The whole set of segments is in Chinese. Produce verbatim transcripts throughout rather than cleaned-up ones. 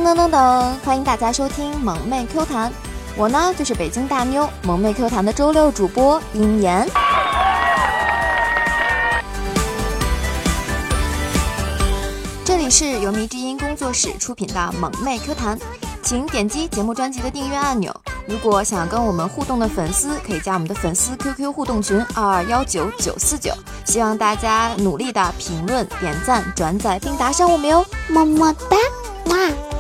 噔噔噔噔，欢迎大家收听萌妹 Q 弹，我呢就是北京大妞萌妹 Q 弹的周六主播鹰妍。这里是由迷之音工作室出品的萌妹 Q 弹，请点击节目专辑的订阅按钮。如果想跟我们互动的粉丝，可以加我们的粉丝 Q Q 互动群二二一九九四九，希望大家努力的评论、点赞、转载并打赏我们哟，么么哒，哇！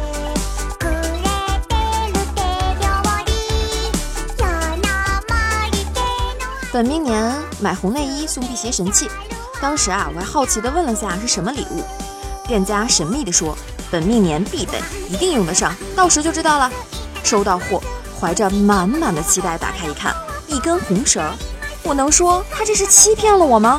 本命年买红内衣送辟邪神器，当时啊，我还好奇的问了下是什么礼物，店家神秘的说，本命年必得，一定用得上，到时就知道了。收到货，怀着满满的期待打开一看，一根红绳，我能说他这是欺骗了我吗？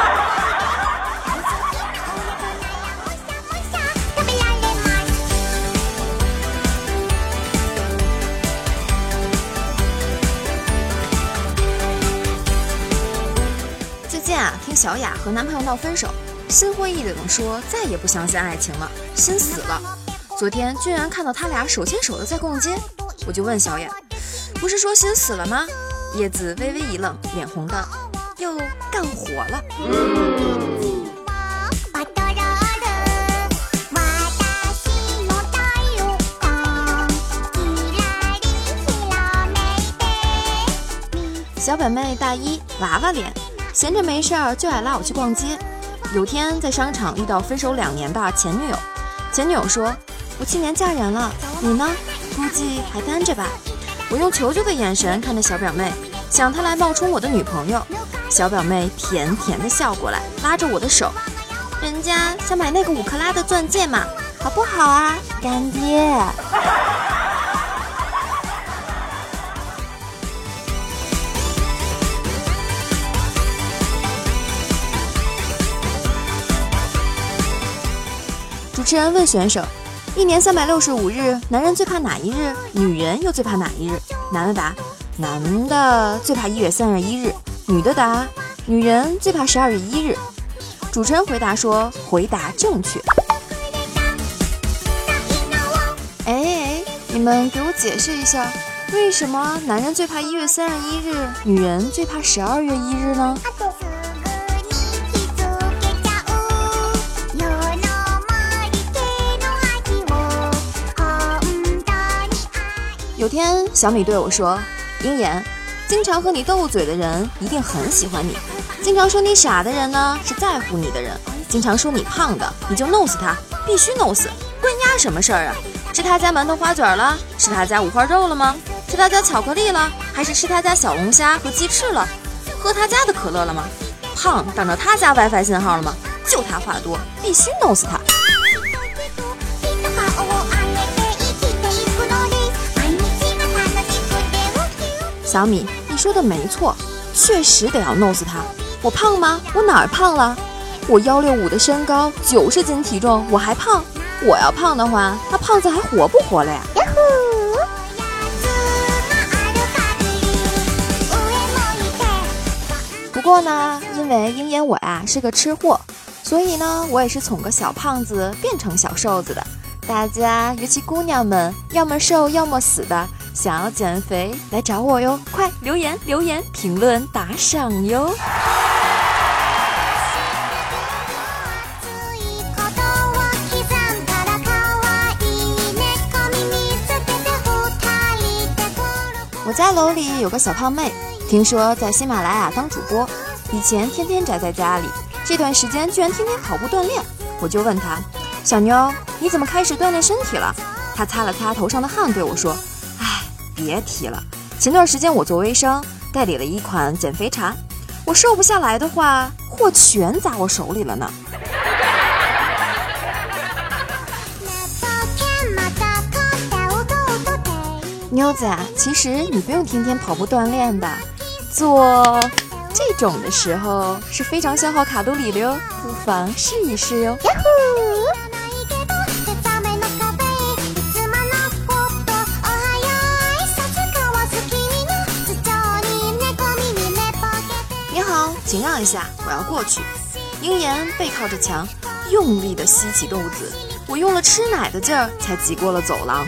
最近啊，听小雅和男朋友闹分手，心灰意冷说再也不相信爱情了，心死了。昨天居然看到他俩手牵手的在逛街，我就问小雅，不是说心死了吗？叶子微微一愣，脸红的又干活了。嗯、小本妹大一，娃娃脸，闲着没事儿就爱拉我去逛街。有天在商场遇到分手两年的前女友，前女友说，我去年嫁人了，你呢？估计还单着吧。我用求救的眼神看着小表妹，想她来冒充我的女朋友。小表妹甜甜的笑过来，拉着我的手，人家想买那个五克拉的钻戒嘛，好不好啊，干爹？主持人问选手，一年三百六十五日，男人最怕哪一日？女人又最怕哪一日？男的答，男的最怕一月三十一日，女的答，女人最怕十二月一日。主持人回答说，回答正确。哎哎，你们给我解释一下，为什么男人最怕一月三十一日，女人最怕十二月一日呢？有天小米对我说，鹰妍，经常和你斗嘴的人一定很喜欢你，经常说你傻的人呢是在乎你的人，经常说你胖的你就弄死他，必须弄死，关丫什么事儿啊？吃他家馒头花卷了？吃他家五花肉了吗？吃他家巧克力了？还是吃他家小龙虾和鸡翅了？喝他家的可乐了吗？胖挡着他家 WiFi 信号了吗？就他话多，必须弄死他。小米，你说的没错，确实得要弄死他。我胖吗？我哪儿胖了？我幺六五的身高，九十斤体重，我还胖？我要胖的话，那胖子还活不活了呀？不过呢，因为鹰妍我呀是个吃货，所以呢，我也是从个小胖子变成小瘦子的。大家尤其姑娘们，要么瘦要么死的，想要减肥来找我哟，快留言留言评论打赏哟。我家楼里有个小胖妹，听说在喜马拉雅当主播，以前天天宅在家里，这段时间居然天天跑步锻炼。我就问她，小妞，你怎么开始锻炼身体了？她擦了擦头上的汗对我说，唉，别提了，前段时间我做微商，代理了一款减肥茶，我瘦不下来的话，货全砸我手里了呢。妞子啊，其实你不用天天跑步锻炼的，做这种的时候是非常消耗卡路里的哟，不妨试一试哟。你好，请让一下，我要过去。鹰妍背靠着墙，用力地吸起肚子， 我用了吃奶的劲儿才挤过了走廊。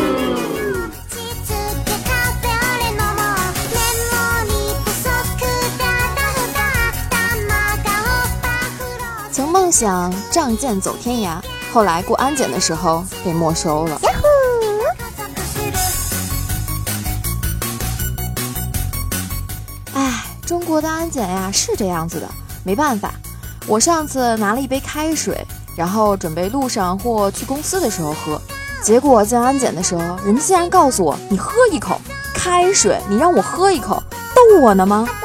曾梦想仗剑走天涯，后来过安检的时候被没收了。哎，中国的安检呀是这样子的，没办法。我上次拿了一杯开水，然后准备路上或去公司的时候喝，结果在安检的时候，人家竟然告诉我：“你喝一口开水，你让我喝一口，逗我呢吗？”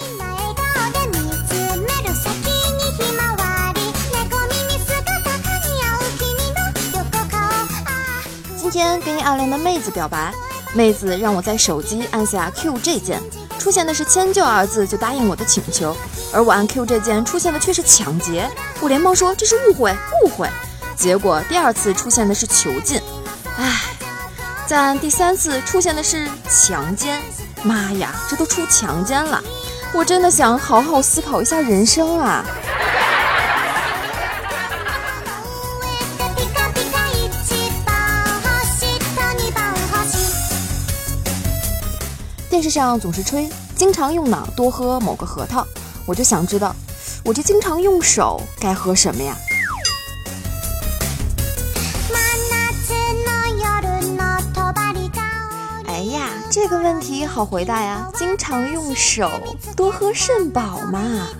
今天跟一暗恋的妹子表白，妹子让我在手机按下 Q J 键，出现的是迁就二字就答应我的请求，而我按 Q J 键出现的却是抢劫，我连忙说这是误会误会，结果第二次出现的是囚禁，唉，再按第三次出现的是强奸，妈呀，这都出强奸了，我真的想好好思考一下人生啊。电视上总是吹经常用脑多喝某个核桃，我就想知道我这经常用手该喝什么呀？哎呀，这个问题好回答呀，经常用手多喝肾宝嘛。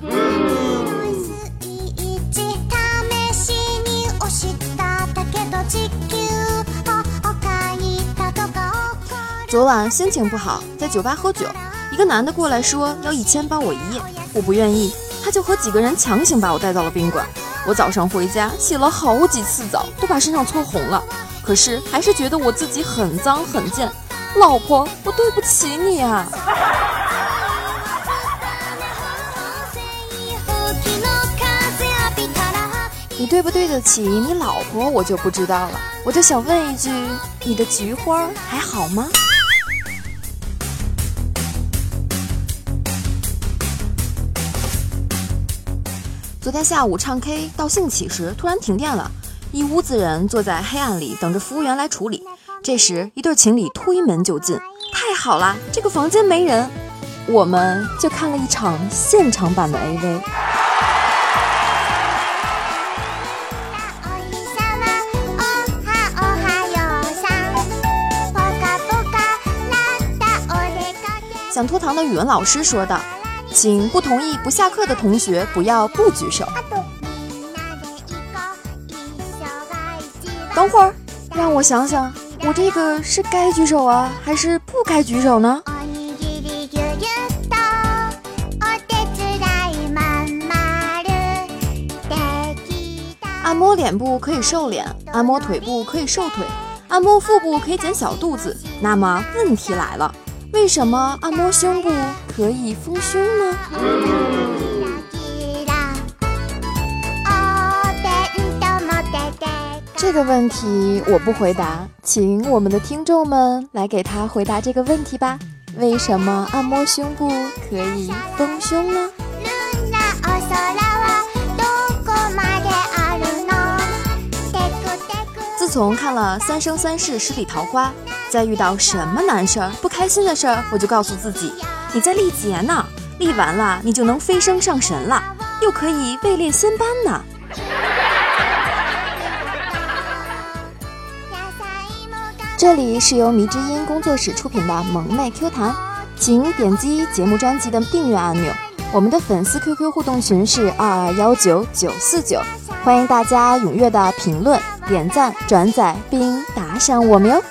昨晚心情不好，在酒吧喝酒，一个男的过来说要一千包我一夜，我不愿意，他就和几个人强行把我带到了宾馆。我早上回家洗了好几次澡，都把身上搓红了，可是还是觉得我自己很脏很贱。老婆，我对不起你啊。你对不对得起你老婆我就不知道了，我就想问一句，你的菊花还好吗？昨天下午唱 K 到兴起时，突然停电了，一屋子人坐在黑暗里等着服务员来处理。这时一对情侣推门就进，太好了，这个房间没人，我们就看了一场现场版的 A V。想脱堂的语文老师说道，请不同意不下课的同学不要不举手。等会儿，让我想想，我这个是该举手啊，还是不该举手呢？按摩脸部可以瘦脸，按摩腿部可以瘦腿，按摩腹部可以减小肚子。那么问题来了，为什么按摩胸部可以丰胸呢？这个问题我不回答，请我们的听众们来给他回答这个问题吧。为什么按摩胸部可以丰胸呢？自从看了《三生三世十里桃花》，再遇到什么难事儿、不开心的事儿，我就告诉自己，你在历劫呢，历完了你就能飞升上神了，又可以位列仙班呢。这里是由迷之音工作室出品的萌妹 Q 弹，请点击节目专辑的订阅按钮。我们的粉丝 Q Q 互动群是二二一九九四九，欢迎大家踊跃的评论、点赞、转载并打赏我们哟。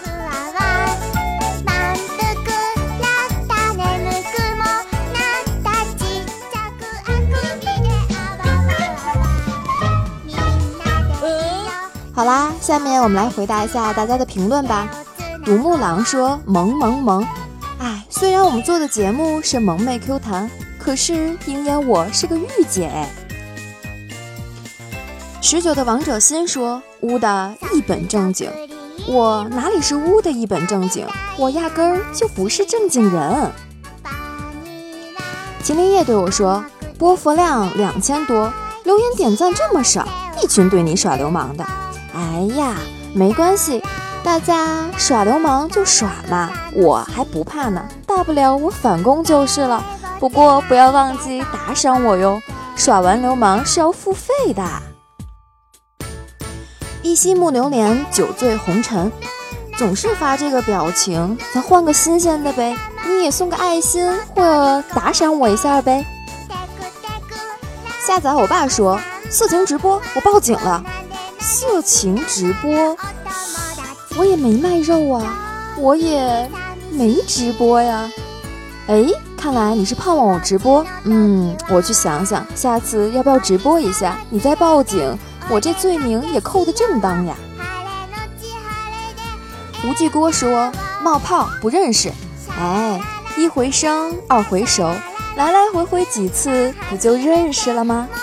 好啦，下面我们来回答一下大家的评论吧。独木狼说萌萌萌，哎，虽然我们做的节目是萌妹 Q 弹，可是鹰眼我是个御姐哎。十九的王者心说污的一本正经，我哪里是污的一本正经，我压根儿就不是正经人。秦林叶对我说波佛量两千多，留言点赞这么少，一群对你耍流氓的。 哎呀，没关系，大家耍流氓就耍嘛，我还不怕呢，大不了我反攻就是了。不过不要忘记打赏我哟，耍完流氓是要付费的。一夕暮流年，酒醉红尘，总是发这个表情，咱换个新鲜的呗，你也送个爱心或者打赏我一下呗。下载我爸说色情直播，我报警了。色情直播，我也没卖肉啊，我也没直播呀。哎，看来你是盼望我直播，嗯，我去想想，下次要不要直播一下，你再报警，我这罪名也扣得正当呀。吴巨锅说冒泡不认识，哎，一回生二回熟，来来回回几次不就认识了吗？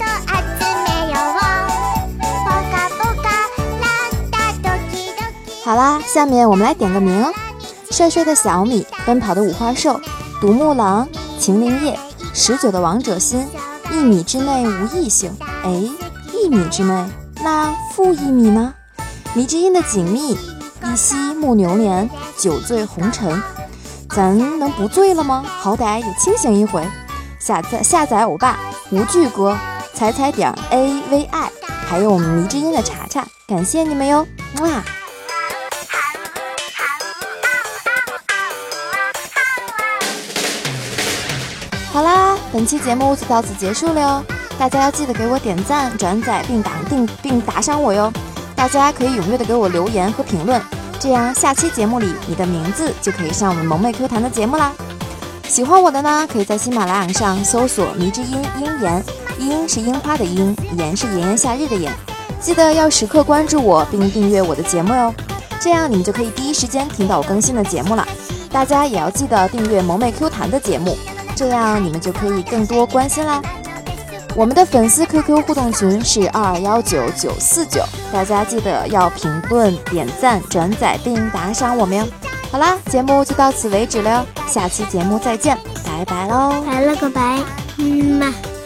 好啦，下面我们来点个名：帅帅的小米，奔跑的五花兽，独木狼，秦灵叶，十九的王者心，一米之内无异性。哎，一米之内，那负一米呢？迷之音的紧密，一夕暮流年，酒醉红尘，咱能不醉了吗？好歹也清醒一回。下载下载欧巴，无惧哥，踩踩点 A V I， 还有我们迷之音的查查，感谢你们哟，哇！好啦，本期节目就到此结束了哟，大家要记得给我点赞、转载并打并并打赏我哟。大家可以踊跃的给我留言和评论，这样下期节目里你的名字就可以上我们萌妹 Q 弹的节目啦。喜欢我的呢，可以在喜马拉雅上搜索迷之音樱言，樱是樱花的樱，言是炎炎夏日的炎。记得要时刻关注我并订阅我的节目哟，这样你们就可以第一时间听到我更新的节目了。大家也要记得订阅萌妹 Q 弹的节目，这样你们就可以更多关心啦。我们的粉丝 Q Q 互动群是二二幺九九四九，大家记得要评论、点赞、转载并打赏我们哟。好啦，节目就到此为止了哟，下期节目再见，拜拜喽， 拜了个拜，嗯嘛。